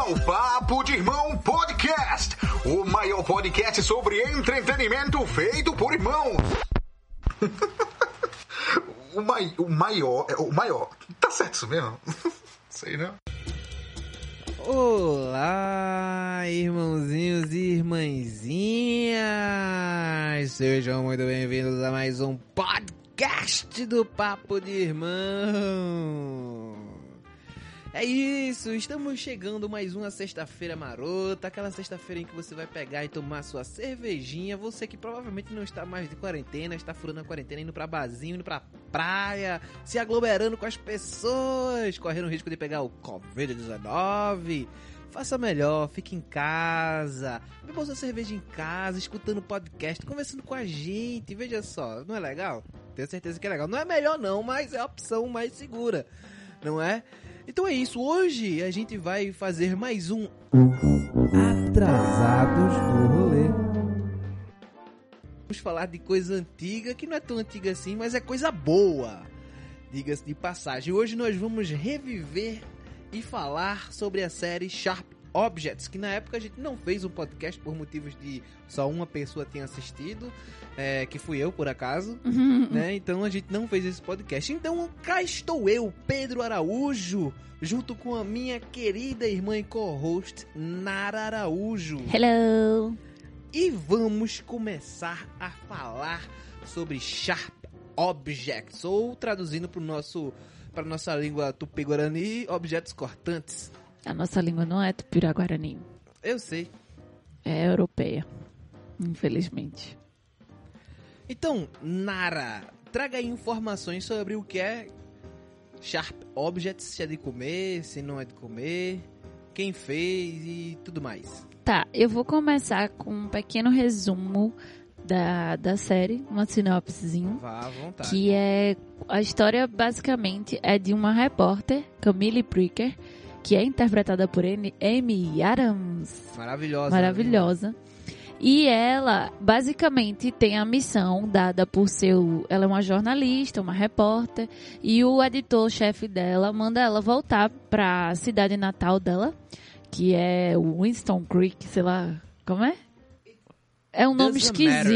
ao Papo de Irmão Podcast, o maior podcast sobre entretenimento feito por irmãos. O maior. Tá certo isso mesmo? Sei não. Olá, irmãozinhos e irmãzinhas! Sejam muito bem-vindos a mais um podcast do Papo de Irmão! É isso, estamos chegando mais uma sexta-feira marota, aquela sexta-feira em que você vai pegar e tomar sua cervejinha, você que provavelmente não está mais de quarentena, está furando a quarentena, indo pra barzinho, indo pra praia, se aglomerando com as pessoas, correndo o risco de pegar o Covid-19. Faça melhor, fique em casa, beba sua cerveja em casa, escutando podcast, conversando com a gente, veja só, não é legal? Tenho certeza que é legal, não é melhor não, mas é a opção mais segura, não é? Então é isso, hoje a gente vai fazer mais um Atrasados do Rolê. Vamos falar de coisa antiga, que não é tão antiga assim, mas é coisa boa, diga-se de passagem. Hoje nós vamos reviver e falar sobre a série Sharp Objects, que na época a gente não fez um podcast por motivos de só uma pessoa tinha assistido, que fui eu, por acaso, né? Então a gente não fez esse podcast. Então cá estou eu, Pedro Araújo, junto com a minha querida irmã e co-host, Nara Araújo. Hello! E vamos começar a falar sobre Sharp Objects, ou traduzindo para nossa língua tupi-guarani, objetos cortantes. A nossa língua não é tupira-guarani. Eu sei. É europeia, infelizmente. Então, Nara, traga aí informações sobre o que é Sharp Objects, se é de comer, se não é de comer, quem fez e tudo mais. Tá, eu vou começar com um pequeno resumo da série, uma sinopsezinho. Vá à vontade. Que é... A história, basicamente, é de uma repórter, Camille Pricker, que é interpretada por Amy Adams. Maravilhosa. Né? E ela, basicamente, tem a missão dada por Ela é uma jornalista, uma repórter, e o editor-chefe dela manda ela voltar pra cidade natal dela, que é o Winston Creek, sei lá, como é? É um nome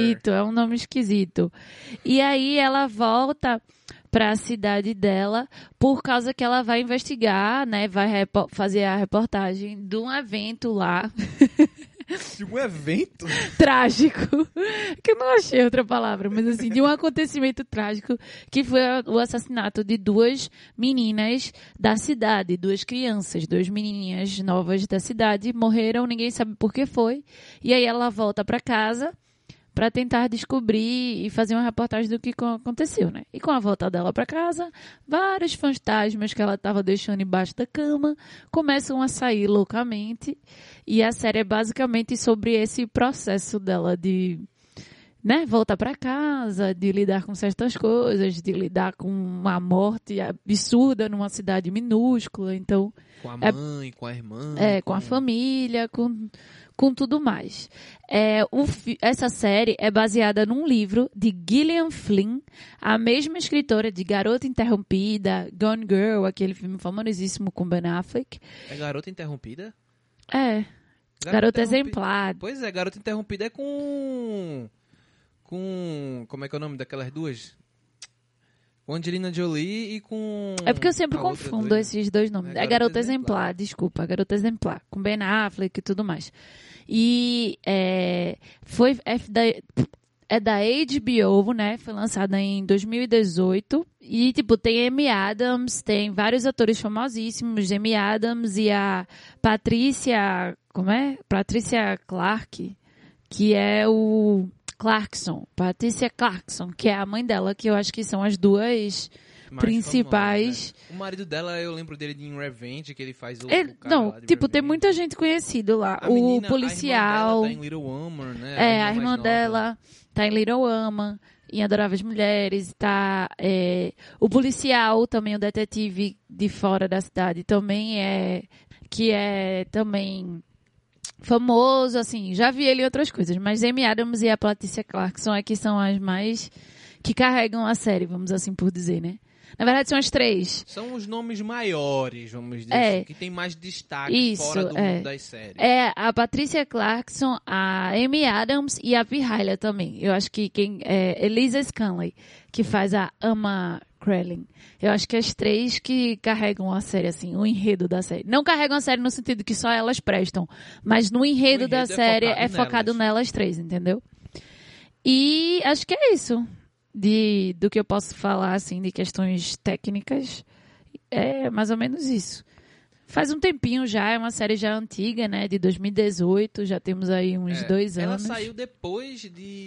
esquisito, E aí ela volta para a cidade dela por causa que ela vai investigar, né? Vai fazer a reportagem de um evento lá. De um evento? Trágico. Que eu não achei outra palavra, mas assim, de um acontecimento trágico que foi o assassinato de duas meninas da cidade, duas crianças, duas menininhas novas da cidade, morreram, ninguém sabe por que foi. E aí ela volta para casa para tentar descobrir e fazer uma reportagem do que aconteceu, né? E com a volta dela para casa, vários fantasmas que ela estava deixando embaixo da cama começam a sair loucamente. E a série é basicamente sobre esse processo dela de, né, voltar para casa, de lidar com certas coisas, de lidar com uma morte absurda numa cidade minúscula. Então, com a mãe, com a irmã. Com a família, com tudo mais. Essa série é baseada num livro de Gillian Flynn, a mesma escritora de Garota Interrompida, Gone Girl, aquele filme famosíssimo com Ben Affleck. É Garota Interrompida? É. Garota Exemplar. Pois é, Garota Interrompida é com... Como é que é o nome daquelas duas? Com Angelina Jolie e com... É porque eu sempre confundo esses dois nomes. É Garota Exemplar, desculpa. Garota Exemplar. Com Ben Affleck e tudo mais. E é da HBO, né? Foi lançada em 2018. E, tem Amy Adams, tem vários atores famosíssimos. Amy Adams e a Patrícia... Como é? Patrícia Clark, que é o... Patrícia Clarkson, que é a mãe dela, que eu acho que são as duas mais principais. Famosas, né? O marido dela, eu lembro dele de Revenge, que ele faz o cara não, lá de tem muita gente conhecida lá. O policial. A irmã dela tá em Little Woman, né? A irmã dela tá em Little Woman, em Adoráveis Mulheres, tá... o policial, também o detetive de fora da cidade, também que é também... famoso, assim, já vi ele em outras coisas, mas Amy Adams e a Patrícia Clarkson que são as mais que carregam a série, vamos assim por dizer, né? Na verdade, são as 3. São os nomes maiores, vamos dizer assim, que tem mais destaque fora do mundo das séries. É a Patricia Clarkson, a Amy Adams e a Vyhila também. Eu acho que Elisa Scanley, que faz a Amma Krelin. Eu acho que as 3 que carregam a série, assim, o enredo da série. Não carregam a série no sentido que só elas prestam, mas no enredo da série é focado nelas 3, entendeu? E acho que é isso do que eu posso falar, assim, de questões técnicas. É mais ou menos isso. Faz um tempinho já, é uma série já antiga, né? De 2018, já temos aí uns 2 anos. Ela saiu depois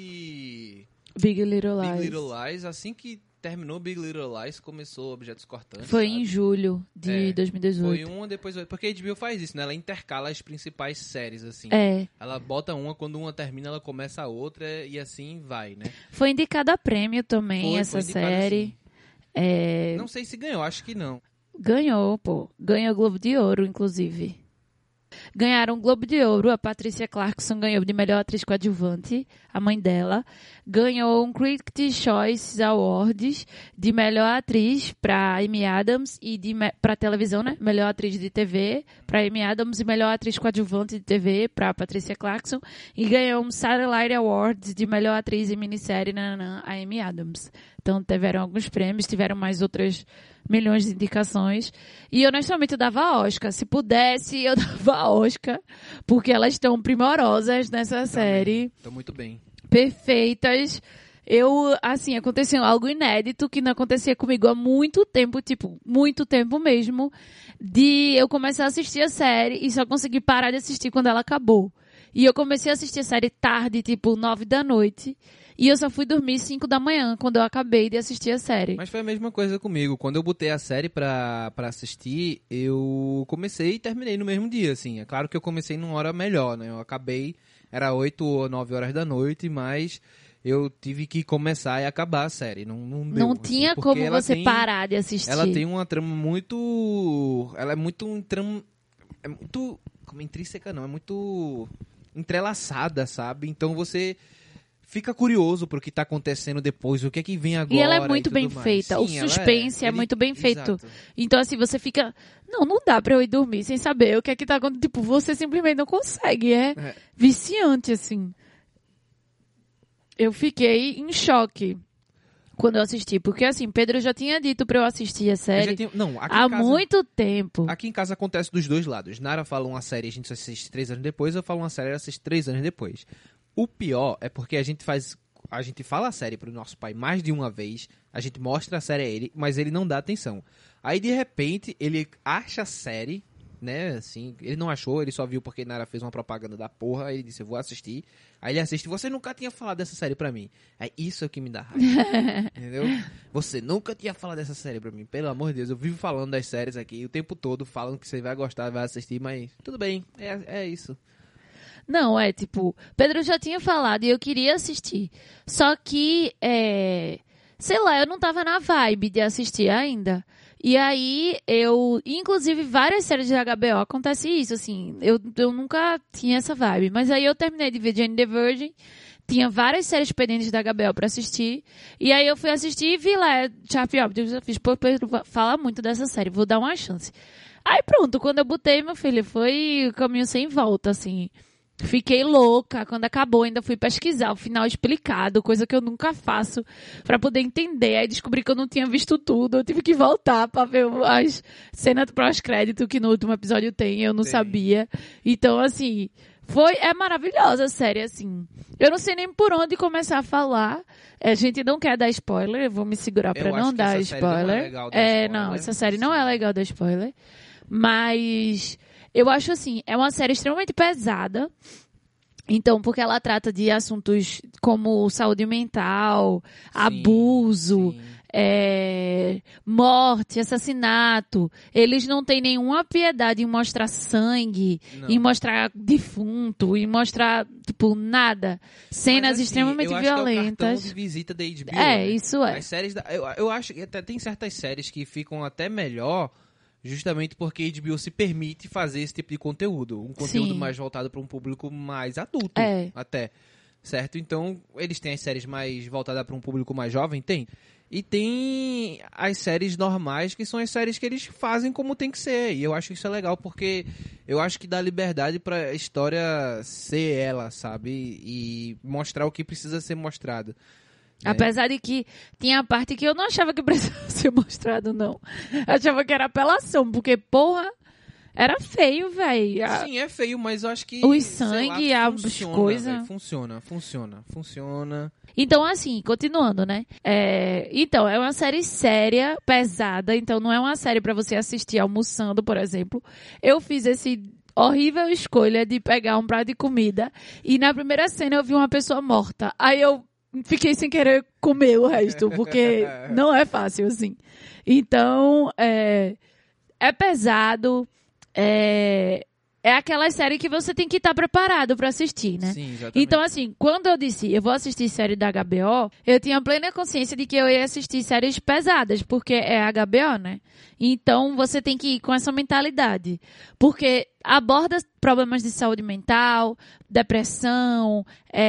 de Big Little Lies. Big Little Lies, assim que terminou Big Little Lies, começou Objetos Cortantes. Foi em julho de 2018. Foi uma, depois outra. Porque a HBO faz isso, né? Ela intercala as principais séries, assim. Ela bota uma, quando uma termina, ela começa a outra e assim vai, né? Foi indicada a prêmio também, essa série. Assim. Não sei se ganhou, acho que não. Ganhou, pô. Ganhou o Globo de Ouro, inclusive. Ganharam o Globo de Ouro. A Patricia Clarkson ganhou de melhor atriz coadjuvante, a mãe dela. Ganhou um Critics' Choice Awards de melhor atriz para Amy Adams e para televisão, né? Melhor atriz de TV para Amy Adams e melhor atriz coadjuvante de TV para Patricia Clarkson. E ganhou um Satellite Awards de melhor atriz em minissérie a Amy Adams. Então tiveram alguns prêmios, tiveram mais outras milhões de indicações. E honestamente eu dava Oscar. Se pudesse, eu dava Oscar. Porque elas estão primorosas nessa série. Estão muito bem. Perfeitas. Assim, aconteceu algo inédito que não acontecia comigo há muito tempo, tipo, muito tempo mesmo, de eu começar a assistir a série e só conseguir parar de assistir quando ela acabou. E eu comecei a assistir a série tarde, tipo, 9 da noite. E eu só fui dormir 5 da manhã, quando eu acabei de assistir a série. Mas foi a mesma coisa comigo. Quando eu botei a série pra assistir, eu comecei e terminei no mesmo dia, assim. É claro que eu comecei numa hora melhor, né? Eu acabei, era 8 ou 9 horas da noite, mas eu tive que começar e acabar a série. Não deu, não tinha assim, como você parar de assistir. Ela tem uma trama muito... Ela é muito... É muito... Como intrínseca, não. É muito entrelaçada, sabe? Então você fica curioso pro que tá acontecendo depois, o que é que vem agora. E ela é muito bem feita. Sim, o suspense é muito bem feito. Exato. Então, assim, você fica... Não dá pra eu ir dormir sem saber o que é que tá acontecendo. Tipo, você simplesmente não consegue. É viciante, assim. Eu fiquei em choque quando eu assisti. Porque, assim, Pedro já tinha dito pra eu assistir a série há muito tempo. Aqui em casa acontece dos dois lados. Nara fala uma série, a gente assiste 3 anos depois. Eu falo uma série, ela assiste 3 anos depois. O pior é porque a gente fala a série pro nosso pai mais de uma vez, a gente mostra a série a ele, mas ele não dá atenção. Aí, de repente, ele acha a série, né, assim, ele não achou, ele só viu porque Nara fez uma propaganda da porra, aí ele disse, eu vou assistir. Aí ele assiste, você nunca tinha falado dessa série pra mim. É isso que me dá raiva, entendeu? Você nunca tinha falado dessa série pra mim, pelo amor de Deus, eu vivo falando das séries aqui o tempo todo, falando que você vai gostar, vai assistir, mas tudo bem, é isso. Não, tipo, Pedro já tinha falado e eu queria assistir. Só que, sei lá, eu não tava na vibe de assistir ainda. E aí, inclusive, várias séries de HBO acontece isso, assim, eu nunca tinha essa vibe. Mas aí eu terminei de ver Jane the Virgin, tinha várias séries pendentes da HBO pra assistir, e aí eu fui assistir e vi lá, Sharp Objects, eu fiz, pô, Pedro fala muito dessa série, vou dar uma chance. Aí pronto, quando eu botei, meu filho, foi o caminho sem volta, assim. Fiquei louca. Quando acabou, ainda fui pesquisar o final explicado, coisa que eu nunca faço, pra poder entender. Aí descobri que eu não tinha visto tudo. Eu tive que voltar pra ver as cenas do pós-crédito que no último episódio tem. Eu não sabia. Então, assim, é maravilhosa a série, assim. Eu não sei nem por onde começar a falar. A gente não quer dar spoiler. Eu vou me segurar pra não dar spoiler. Não, essa série não é legal dar spoiler. Mas... eu acho assim, é uma série extremamente pesada. Então, porque ela trata de assuntos como saúde mental, abuso, morte, assassinato. Eles não têm nenhuma piedade em mostrar sangue, em mostrar defunto, em mostrar, tipo, nada. Cenas assim, extremamente violentas. Eu acho que é o cartão de visita da HBO. Né? Isso é. As séries eu acho que até tem certas séries que ficam até melhor... justamente porque a HBO se permite fazer esse tipo de conteúdo. Um conteúdo mais voltado para um público mais adulto, até. Certo? Então, eles têm as séries mais voltadas para um público mais jovem? Tem. E tem as séries normais, que são as séries que eles fazem como tem que ser. E eu acho isso é legal, porque eu acho que dá liberdade pra história ser ela, sabe? E mostrar o que precisa ser mostrado. Né? Apesar de que tinha a parte que eu não achava que precisava ser mostrado, não. Eu achava que era apelação, porque, porra, era feio, velho. Sim, é feio, mas eu acho que... Os sangue, as coisas... Funciona. Então, assim, continuando, né? Então, é uma série séria, pesada. Então, não é uma série pra você assistir almoçando, por exemplo. Eu fiz esse horrível escolha de pegar um prato de comida e na primeira cena eu vi uma pessoa morta. Aí eu fiquei sem querer comer o resto, porque não é fácil, assim. Então, é pesado, é aquela série que você tem que estar preparado pra assistir, né? Sim, exatamente. Então, assim, quando eu disse eu vou assistir série da HBO, eu tinha plena consciência de que eu ia assistir séries pesadas, porque é HBO, né? Então, você tem que ir com essa mentalidade. Porque aborda problemas de saúde mental, depressão,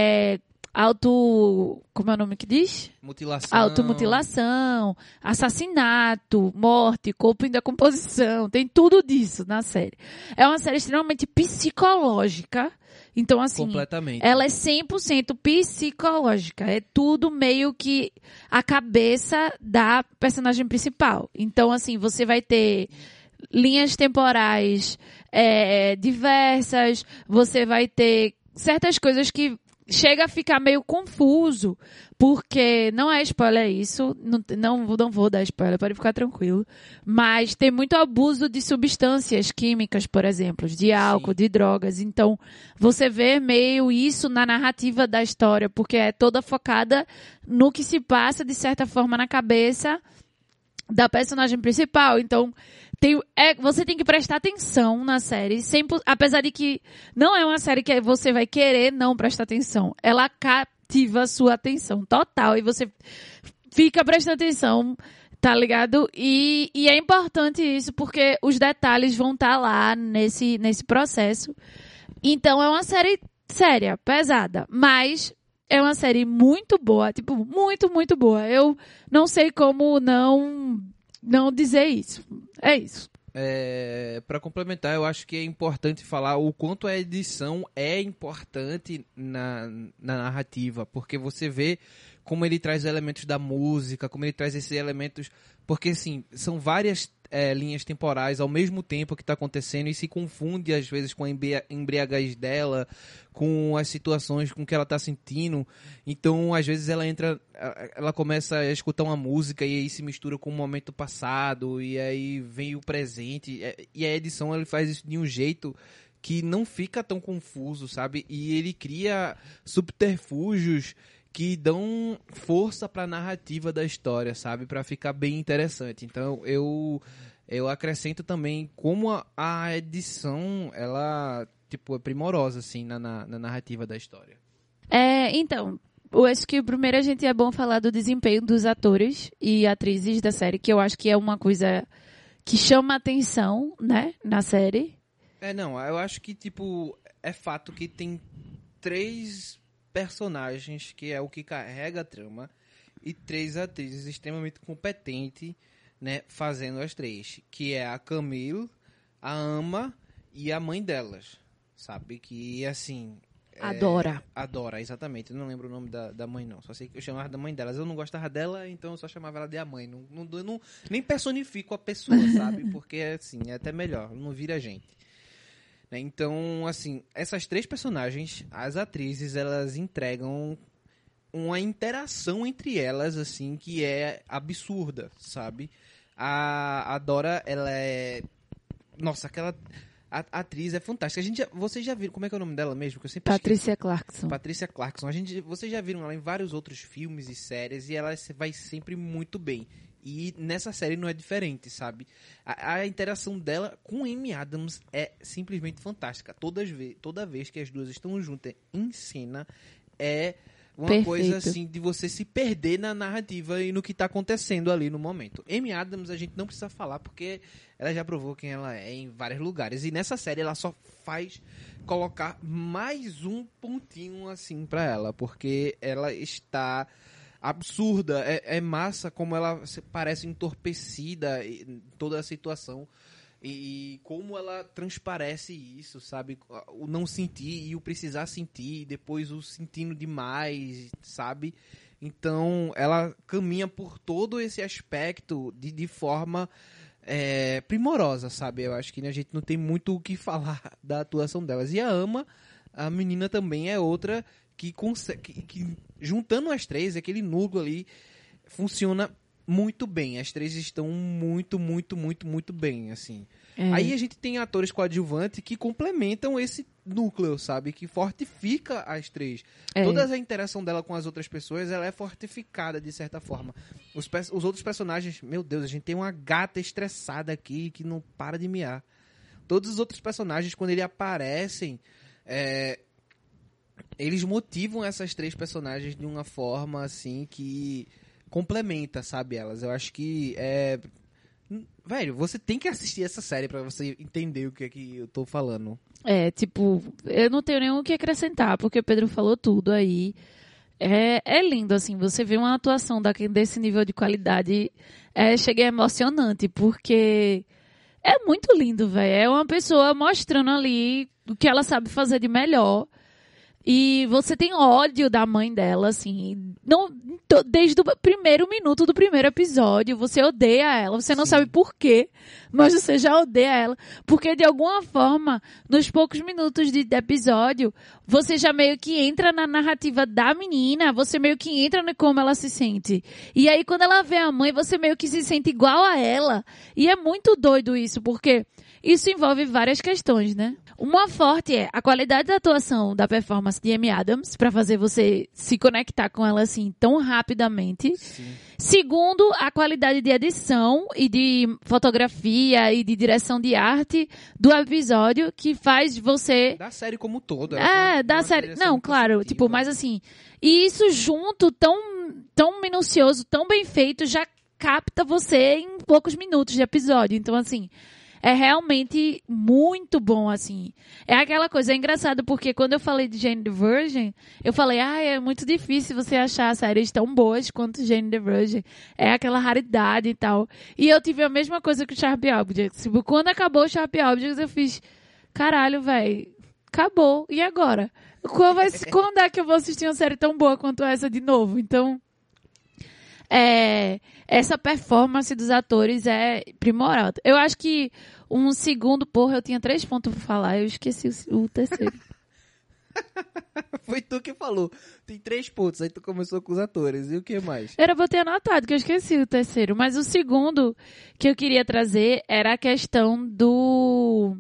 como é o nome que diz? Mutilação. Automutilação, assassinato, morte, corpo em decomposição. Tem tudo disso na série. É uma série extremamente psicológica. Então, assim, completamente. Ela é 100% psicológica. É tudo meio que a cabeça da personagem principal. Então, assim, você vai ter linhas temporais diversas, você vai ter certas coisas que chega a ficar meio confuso, porque não é spoiler isso, não vou dar spoiler, pode ficar tranquilo, mas tem muito abuso de substâncias químicas, por exemplo, de álcool, de drogas, então você vê meio isso na narrativa da história, porque é toda focada no que se passa, de certa forma, na cabeça da personagem principal, então você tem que prestar atenção na série, apesar de que não é uma série que você vai querer não prestar atenção. Ela cativa a sua atenção total e você fica prestando atenção, tá ligado? E é importante isso porque os detalhes vão estar lá nesse processo. Então é uma série séria, pesada, mas é uma série muito boa, tipo, muito, muito boa. Eu não sei como não dizer isso. É isso. Para complementar, eu acho que é importante falar o quanto a edição é importante na narrativa, porque você vê como ele traz elementos da música, como ele traz esses elementos, porque assim, são várias linhas temporais ao mesmo tempo que está acontecendo e se confunde às vezes com a embriaguez dela, com as situações com que ela está sentindo. Então às vezes ela começa a escutar uma música e aí se mistura com o momento passado e aí vem o presente, e a edição ele faz isso de um jeito que não fica tão confuso, sabe? E ele cria subterfúgios que dão força para a narrativa da história, sabe? Para ficar bem interessante. Então, eu acrescento também como a edição, ela, tipo, é primorosa, assim, na narrativa da história. Então, eu acho que primeiro a gente é bom falar do desempenho dos atores e atrizes da série, que eu acho que é uma coisa que chama atenção, né, na série. Eu acho que, tipo, é fato que tem 3 personagens, que é o que carrega a trama, e 3 atrizes extremamente competentes, né, fazendo as 3, que é a Camille, a Ama e a mãe delas, sabe, que assim... Adora, exatamente, eu não lembro o nome da mãe não, só sei que eu chamava da mãe delas, eu não gostava dela, então eu só chamava ela de a mãe, não nem personifico a pessoa, sabe, porque assim, é até melhor, não vira gente. Então, assim, essas 3 personagens, as atrizes, elas entregam uma interação entre elas, assim, que é absurda, sabe? A Dora, ela é... Nossa, aquela... A atriz é fantástica. Vocês já viram... Como é que é o nome dela mesmo? Que eu sempre Patrícia esqueço. Clarkson. Patrícia Clarkson. Vocês já viram ela em vários outros filmes e séries e ela vai sempre muito bem. E nessa série não é diferente, sabe? A interação dela com Amy Adams é simplesmente fantástica. Toda vez que as duas estão juntas em cena, é uma Perfeito. Coisa assim de você se perder na narrativa e no que está acontecendo ali no momento. Amy Adams a gente não precisa falar porque ela já provou quem ela é em vários lugares. E nessa série ela só faz colocar mais um pontinho assim pra ela, porque ela está absurda. É massa como ela parece entorpecida em toda a situação. E como ela transparece isso, sabe? O não sentir e o precisar sentir, e depois o sentindo demais, sabe? Então, ela caminha por todo esse aspecto de forma primorosa, sabe? Eu acho que a gente não tem muito o que falar da atuação delas. E a menina também é outra que consegue... que juntando as três, aquele núcleo ali funciona muito bem. As três estão muito, muito, muito, muito bem, assim. Aí a gente tem atores coadjuvantes que complementam esse núcleo, sabe? Que fortifica as três. Toda a interação dela com as outras pessoas, ela é fortificada, de certa forma. Os outros personagens... Meu Deus, a gente tem uma gata estressada aqui que não para de miar. Todos os outros personagens, quando eles aparecem... eles motivam essas três personagens de uma forma, assim, que complementa, sabe, elas. Eu acho que velho, você tem que assistir essa série pra você entender o que é que eu tô falando. Eu não tenho nenhum o que acrescentar, porque o Pedro falou tudo aí. É lindo, assim, você vê uma atuação desse nível de qualidade, chega emocionante, porque é muito lindo, velho. É uma pessoa mostrando ali o que ela sabe fazer de melhor. E você tem ódio da mãe dela, assim, desde o primeiro minuto do primeiro episódio, você odeia ela, você não sabe por quê, mas você já odeia ela, porque de alguma forma, nos poucos minutos de episódio, você já meio que entra na narrativa da menina, você meio que entra no como ela se sente. E aí, quando ela vê a mãe, você meio que se sente igual a ela. E é muito doido isso, porque isso envolve várias questões, né? Uma forte é a qualidade da atuação, da performance de Amy Adams, pra fazer você se conectar com ela assim tão rapidamente. Sim. Segundo, a qualidade de edição e de fotografia e de direção de arte do episódio, que faz você... Da série como um todo. Da série... Não, claro, positiva. Tipo, mas assim... E isso junto, tão minucioso, tão bem feito, já capta você em poucos minutos de episódio. Então, assim... É realmente muito bom, assim. É aquela coisa, é engraçado porque quando eu falei de Jane the Virgin, eu falei, é muito difícil você achar séries tão boas quanto Jane the Virgin. É aquela raridade e tal. E eu tive a mesma coisa com Sharp Objects. Tipo, quando acabou o Sharp Objects, eu fiz, caralho, velho, acabou. E agora? Quando é que eu vou assistir uma série tão boa quanto essa de novo? Então... essa performance dos atores é primordial. Eu acho que um segundo... Porra, eu tinha 3 pontos pra falar, eu esqueci o terceiro. Foi tu que falou. Tem 3 pontos, aí tu começou com os atores. E o que mais? Era pra eu ter anotado, que eu esqueci o terceiro. Mas o segundo que eu queria trazer era a questão do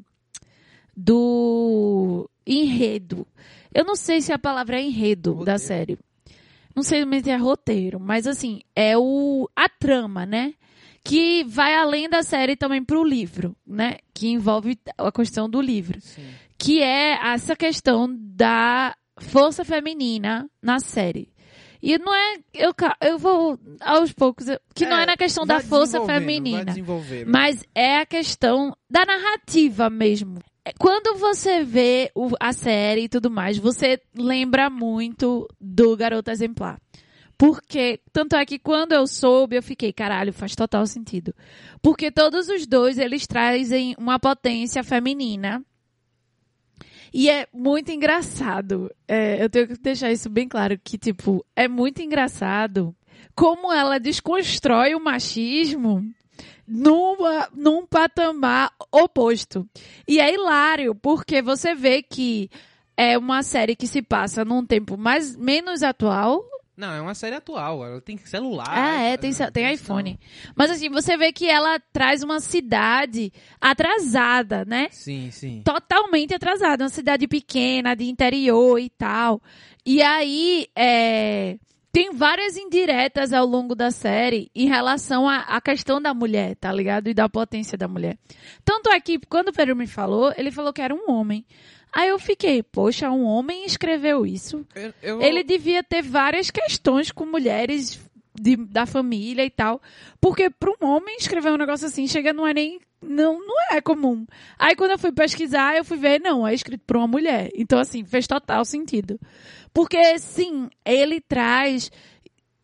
enredo. Eu não sei se a palavra é enredo da série. Não sei se é roteiro, mas assim, é a trama, né? Que vai além da série também pro livro, né? Que envolve a questão do livro. Sim. Que é essa questão da força feminina na série. E não é... Eu vou aos poucos... Que não é na questão da força feminina. Mas é a questão da narrativa mesmo. Quando você vê a série e tudo mais, você lembra muito do Garota Exemplar. Porque, tanto é que quando eu soube, eu fiquei, caralho, faz total sentido. Porque todos os dois, eles trazem uma potência feminina. E é muito engraçado. Eu tenho que deixar isso bem claro, que, tipo, é muito engraçado como ela desconstrói o machismo num patamar oposto. E é hilário, porque você vê que é uma série que se passa num tempo menos atual. Não, é uma série atual. Ela tem celular. Tem iPhone. Mas assim, você vê que ela traz uma cidade atrasada, né? Sim, sim. Totalmente atrasada. Uma cidade pequena, de interior e tal. E aí, tem várias indiretas ao longo da série em relação à questão da mulher, tá ligado? E da potência da mulher. Tanto é que, quando o Pedro me falou, ele falou que era um homem. Aí eu fiquei, poxa, um homem escreveu isso? Ele devia ter várias questões com mulheres da família e tal. Porque para um homem escrever um negócio assim, não é comum. Aí quando eu fui pesquisar, eu fui ver, não, é escrito por uma mulher. Então, assim, fez total sentido. Porque, sim, ele traz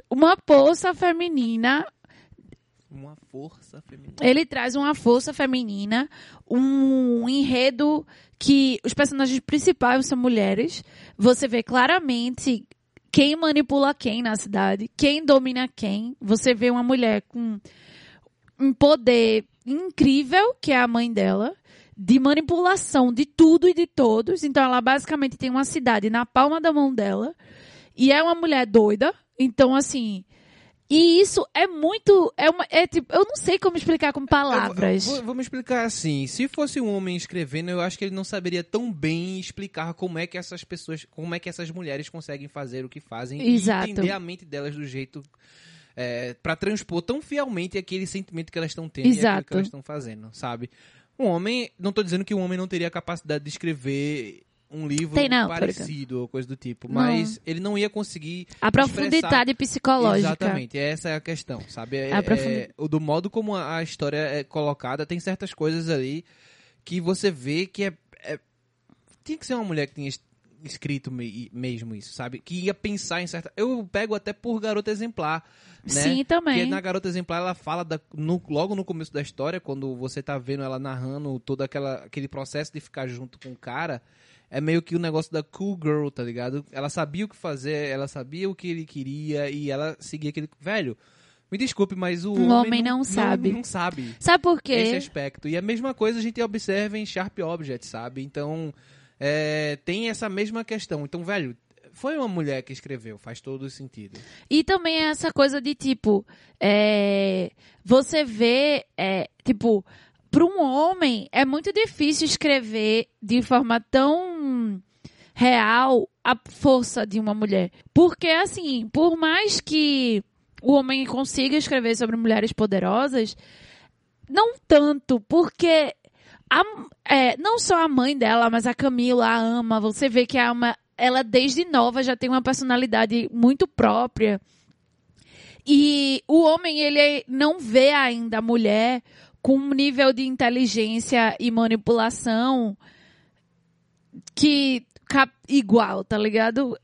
uma força feminina. Uma força feminina. Ele traz uma força feminina, um enredo que os personagens principais são mulheres. Você vê claramente quem manipula quem na cidade, quem domina quem. Você vê uma mulher com um poder incrível, que é a mãe dela, de manipulação de tudo e de todos. Então ela basicamente tem uma cidade na palma da mão dela. E é uma mulher doida. Então, assim... E isso é muito... tipo, eu não sei como explicar com palavras. Vamos explicar assim. Se fosse um homem escrevendo, eu acho que ele não saberia tão bem explicar como é que essas pessoas... Como é que essas mulheres conseguem fazer o que fazem. Exato. E entender a mente delas do jeito... pra transpor tão fielmente aquele sentimento que elas estão tendo. Exato. E aquilo que elas estão fazendo, sabe? Um homem... Não tô dizendo que um homem não teria a capacidade de escrever... um livro parecido ou coisa do tipo, mas ele não ia conseguir a profundidade psicológica. Exatamente, essa é a questão, sabe? Do modo como a história é colocada, tem certas coisas ali que você vê que tinha que ser uma mulher que tinha escrito mesmo isso, sabe? Que ia pensar em certa... Eu pego até por Garota Exemplar, né? Sim, também. Porque na Garota Exemplar ela fala logo no começo da história, quando você tá vendo ela narrando todo aquele processo de ficar junto com o cara. É meio que o negócio da cool girl, tá ligado? Ela sabia o que fazer, ela sabia o que ele queria e ela seguia aquele... Velho, me desculpe, mas o homem não sabe. Não sabe. Sabe por quê? Esse aspecto. E a mesma coisa a gente observa em Sharp Object, sabe? Então, tem essa mesma questão. Então, velho, foi uma mulher que escreveu, faz todo o sentido. E também essa coisa de, tipo, você vê, tipo... Para um homem, é muito difícil escrever de forma tão real a força de uma mulher. Porque, assim, por mais que o homem consiga escrever sobre mulheres poderosas, não tanto, porque não só a mãe dela, mas a Camila a ama. Você vê que ela desde nova já tem uma personalidade muito própria. E o homem, ele não vê ainda a mulher com um nível de inteligência e manipulação que igual, tá ligado?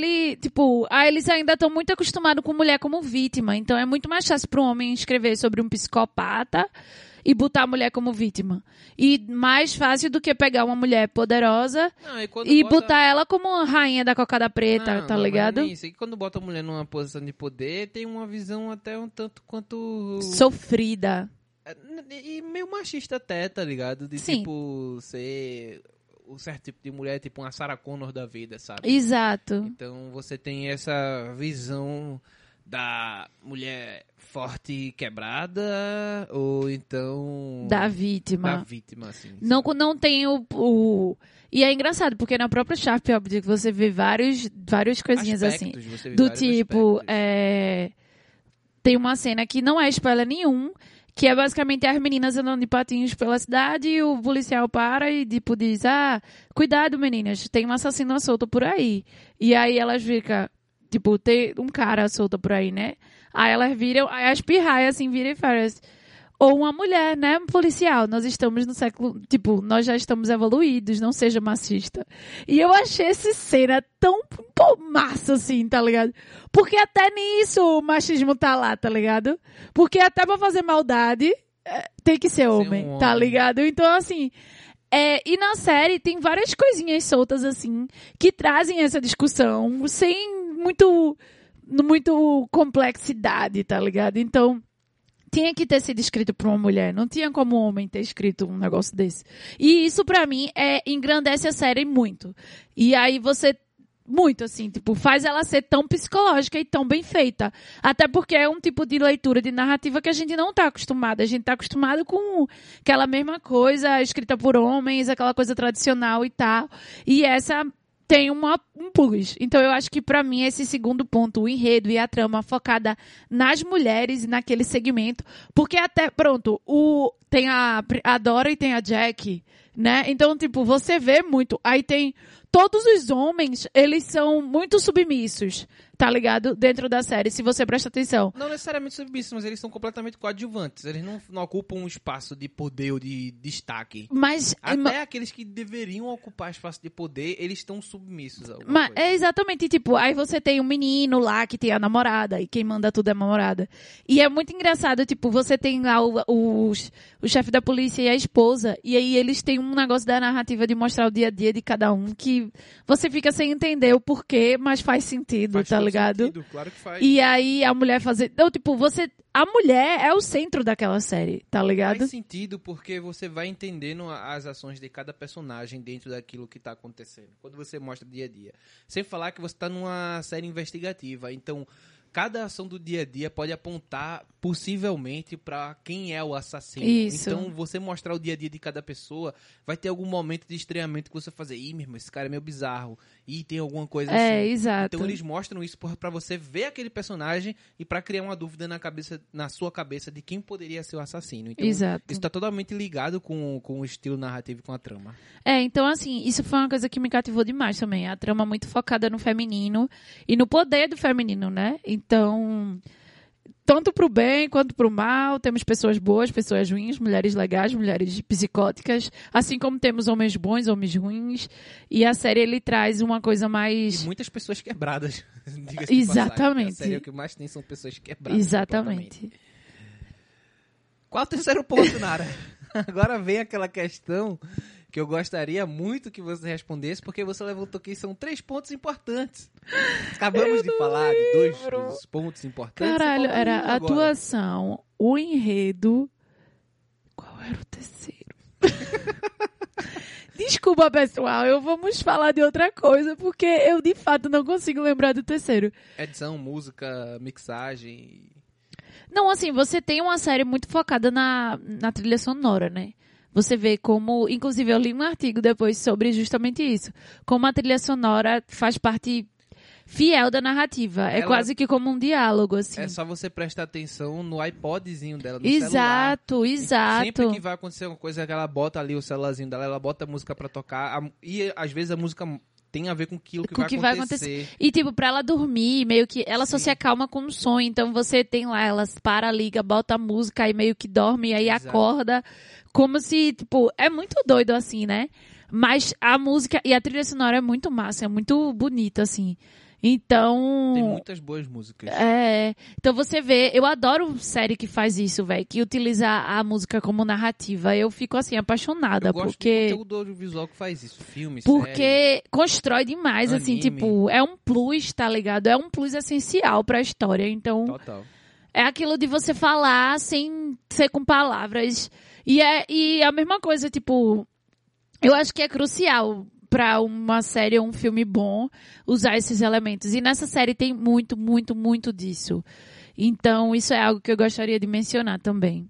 Eles ainda estão muito acostumados com mulher como vítima, então é muito mais fácil para um homem escrever sobre um psicopata e botar a mulher como vítima. E mais fácil do que pegar uma mulher poderosa botar ela como rainha da cocada preta, tá ligado? Não é isso. E quando bota a mulher numa posição de poder, tem uma visão até um tanto quanto... sofrida. E meio machista até, tá ligado? De, sim, tipo, ser um certo tipo de mulher, tipo uma Sarah Connor da vida, sabe? Exato. Então você tem essa visão da mulher forte e quebrada, ou então... Da vítima. Da vítima, assim. Não tem o... E é engraçado, porque na própria Sharp Object você vê várias coisinhas aspectos, assim. Do tipo, tem uma cena que não é spoiler nenhum, que é basicamente as meninas andando de patins pela cidade e o policial para e tipo diz, cuidado meninas, tem um assassino solto por aí. E aí elas ficam, tipo, tem um cara solto por aí, né? Aí elas viram, aí as pirraias assim viram e falam, ou uma mulher, né, policial, nós estamos no século, tipo, nós já estamos evoluídos, não seja machista. E eu achei essa cena tão massa, assim, tá ligado? Porque até nisso o machismo tá lá, tá ligado? Porque até pra fazer maldade, tem que ser homem, tá ligado? Então, assim, e na série tem várias coisinhas soltas, assim, que trazem essa discussão sem muito complexidade, tá ligado? Então, tinha que ter sido escrito por uma mulher. Não tinha como um homem ter escrito um negócio desse. E isso, pra mim, engrandece a série muito. E aí você... Muito, assim, tipo, faz ela ser tão psicológica e tão bem feita. Até porque é um tipo de leitura de narrativa que a gente não tá acostumado. A gente tá acostumado com aquela mesma coisa escrita por homens, aquela coisa tradicional e tal. E essa... tem um plus. Então, eu acho que, pra mim, esse segundo ponto, o enredo e a trama focada nas mulheres e naquele segmento. Porque até, pronto, tem a Dora e tem a Jack, né? Então, tipo, você vê muito. Aí tem... Todos os homens, eles são muito submissos, tá ligado? Dentro da série, se você presta atenção. Não necessariamente submissos, mas eles são completamente coadjuvantes. Eles não ocupam um espaço de poder ou de destaque. Mas... Até aqueles que deveriam ocupar espaço de poder, eles estão submissos a alguma Mas coisa. é exatamente, tipo, aí você tem um menino lá que tem a namorada, e quem manda tudo é a namorada. E é muito engraçado, tipo, você tem lá o chefe da polícia e a esposa, e aí eles têm um negócio da narrativa de mostrar o dia a dia de cada um, que você fica sem entender o porquê, mas faz sentido, Faz tá todo ligado? sentido, claro que faz. E aí a mulher fazer... Então, tipo, a mulher é o centro daquela série, tá ligado? Faz sentido porque você vai entendendo as ações de cada personagem dentro daquilo que tá acontecendo. Quando você mostra o dia a dia. Sem falar que você tá numa série investigativa. Então, cada ação do dia a dia pode apontar possivelmente pra quem é o assassino. Isso. Então, você mostrar o dia a dia de cada pessoa, vai ter algum momento de estranhamento que você vai fazer, meu irmão, esse cara é meio bizarro. E tem alguma coisa assim. É, exato. Então eles mostram isso pra você ver aquele personagem e pra criar uma dúvida na sua cabeça de quem poderia ser o assassino. Então, Exato. isso tá totalmente ligado com o estilo narrativo e com a trama. Então assim, isso foi uma coisa que me cativou demais também. A trama muito focada no feminino e no poder do feminino, né? Então, tanto pro bem quanto pro mal, temos pessoas boas, pessoas ruins, mulheres legais, mulheres psicóticas, assim como temos homens bons, homens ruins. E a série, ele traz uma coisa mais... E muitas pessoas quebradas. Diga-se de Exatamente. passagem. A série o que mais tem são pessoas quebradas. Exatamente. Qual o terceiro ponto, Nara? Agora vem aquela questão que eu gostaria muito que você respondesse, porque você levantou que são 3 pontos importantes. Acabamos de falar de 2 dos pontos importantes. Caralho, Falta era um a agora. atuação, o enredo... Qual era o terceiro? Desculpa, pessoal, vamos falar de outra coisa, porque eu, de fato, não consigo lembrar do terceiro. Edição, música, mixagem. Não, assim, você tem uma série muito focada na trilha sonora, né? Você vê como... Inclusive, eu li um artigo depois sobre justamente isso. Como a trilha sonora faz parte fiel da narrativa. É Ela- quase que como um diálogo, assim. É só você prestar atenção no iPodzinho dela, no celular. Exato. Sempre que vai acontecer alguma coisa, que ela bota ali o celularzinho dela, ela bota a música pra tocar. E às vezes a música tem a ver com aquilo que vai acontecer. E, tipo, pra ela dormir, meio que... Ela só Sim. se acalma com um sonho. Então, você tem lá, ela para, liga, bota a música, aí meio que dorme, e aí Exato. acorda. Como se, tipo... É muito doido, assim, né? Mas a música e a trilha sonora é muito massa, é muito bonita, assim. Então... Tem muitas boas músicas. Então você vê, eu adoro série que faz isso, velho, que utiliza a música como narrativa. Eu fico assim apaixonada, Eu gosto porque de conteúdo audiovisual que faz isso. Filmes, porque séries. constrói demais, assim, Anime. tipo, é um plus, tá ligado? É um plus essencial pra história. Então, Total. é aquilo de você falar sem ser com palavras. E a mesma coisa, tipo, eu acho que é crucial pra uma série ou um filme bom usar esses elementos. E nessa série tem muito, muito, muito disso. Então, isso é algo que eu gostaria de mencionar também.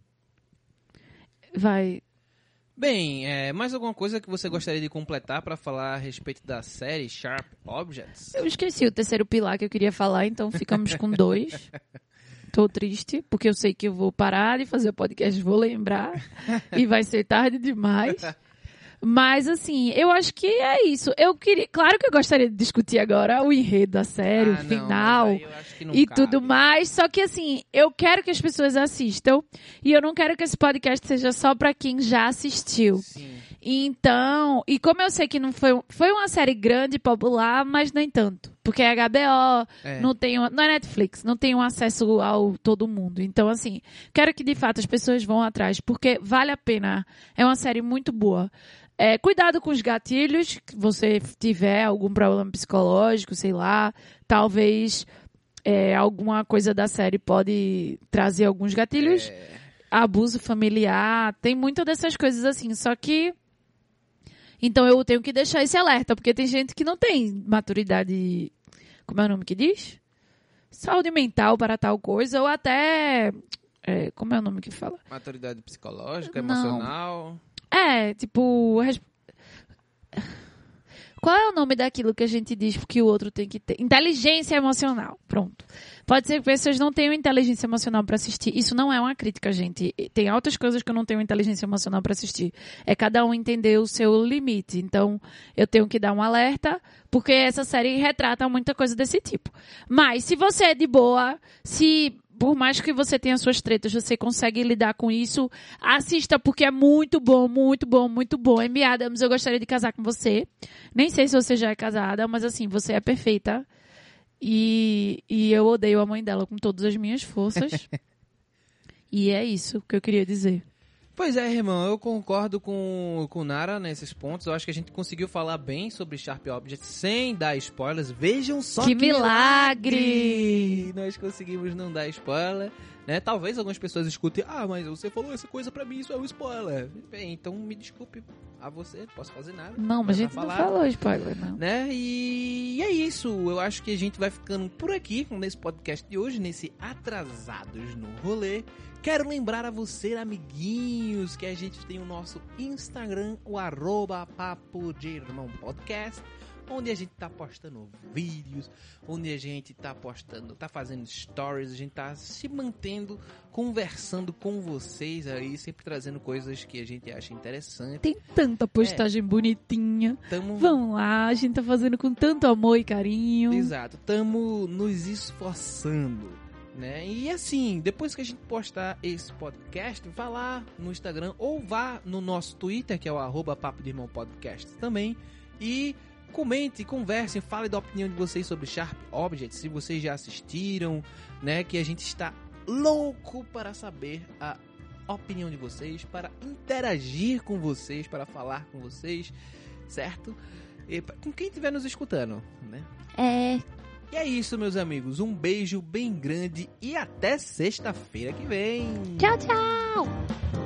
Vai. Bem, mais alguma coisa que você gostaria de completar pra falar a respeito da série Sharp Objects? Eu esqueci o terceiro pilar que eu queria falar, então ficamos com 2. Tô triste, porque eu sei que eu vou parar de fazer o podcast, vou lembrar, e vai ser tarde demais. Mas, assim, eu acho que é isso. Claro que eu gostaria de discutir agora o enredo da série, o final mas aí eu acho que não e cabe. tudo mais. Só que, assim, eu quero que as pessoas assistam e eu não quero que esse podcast seja só pra quem já assistiu. Sim. Então, e como eu sei que não foi uma série grande, popular, mas nem tanto. Porque é HBO, não é Netflix, não tem um acesso ao todo mundo. Então, assim, quero que de fato as pessoas vão atrás, porque vale a pena. É uma série muito boa. Cuidado com os gatilhos, se você tiver algum problema psicológico, sei lá, talvez alguma coisa da série pode trazer alguns gatilhos. Abuso familiar, tem muitas dessas coisas assim, só que então eu tenho que deixar esse alerta, porque tem gente que não tem maturidade, como é o nome que diz? Saúde mental para tal coisa, ou até, como é o nome que fala? Maturidade psicológica, Não. emocional. Tipo, Qual é o nome daquilo que a gente diz que o outro tem que ter? Inteligência emocional. Pronto. Pode ser que pessoas não tenham inteligência emocional pra assistir. Isso não é uma crítica, gente. Tem outras coisas que eu não tenho inteligência emocional pra assistir. É cada um entender o seu limite. Então, eu tenho que dar um alerta, porque essa série retrata muita coisa desse tipo. Mas, se você é de boa, se... Por mais que você tenha suas tretas, você consegue lidar com isso, assista, porque é muito bom, muito bom, muito bom. Amy Adams, eu gostaria de casar com você. Nem sei se você já é casada, mas assim, você é perfeita. E eu odeio a mãe dela com todas as minhas forças. E é isso que eu queria dizer. Pois é, irmão, eu concordo com Nara nesses pontos. Eu acho que a gente conseguiu falar bem sobre Sharp Objects sem dar spoilers. Vejam só que milagre! Nós conseguimos não dar spoiler, né? Talvez algumas pessoas escutem, mas você falou essa coisa pra mim, isso é um spoiler. Bem, então me desculpe a você, não posso fazer nada. Não, mas a gente não falou spoiler, não. Né? E é isso, eu acho que a gente vai ficando por aqui nesse podcast de hoje, nesse Atrasados no Rolê. Quero lembrar a você, amiguinhos, que a gente tem o nosso Instagram, o @Papo de Irmão Podcast, onde a gente tá postando vídeos, onde a gente tá postando, tá fazendo stories, a gente tá se mantendo, conversando com vocês aí, sempre trazendo coisas que a gente acha interessante. Tem tanta postagem bonitinha. Vamos lá, a gente tá fazendo com tanto amor e carinho. Exato, tamo nos esforçando. Né? E assim, depois que a gente postar esse podcast, vá lá no Instagram ou vá no nosso Twitter, que é o @Papo de Irmão Podcast também, e comente, conversem, fale da opinião de vocês sobre Sharp Objects, se vocês já assistiram, né? Que a gente está louco para saber a opinião de vocês, para interagir com vocês, para falar com vocês, certo? E com quem estiver nos escutando, né? E é isso, meus amigos. Um beijo bem grande e até sexta-feira que vem. Tchau, tchau!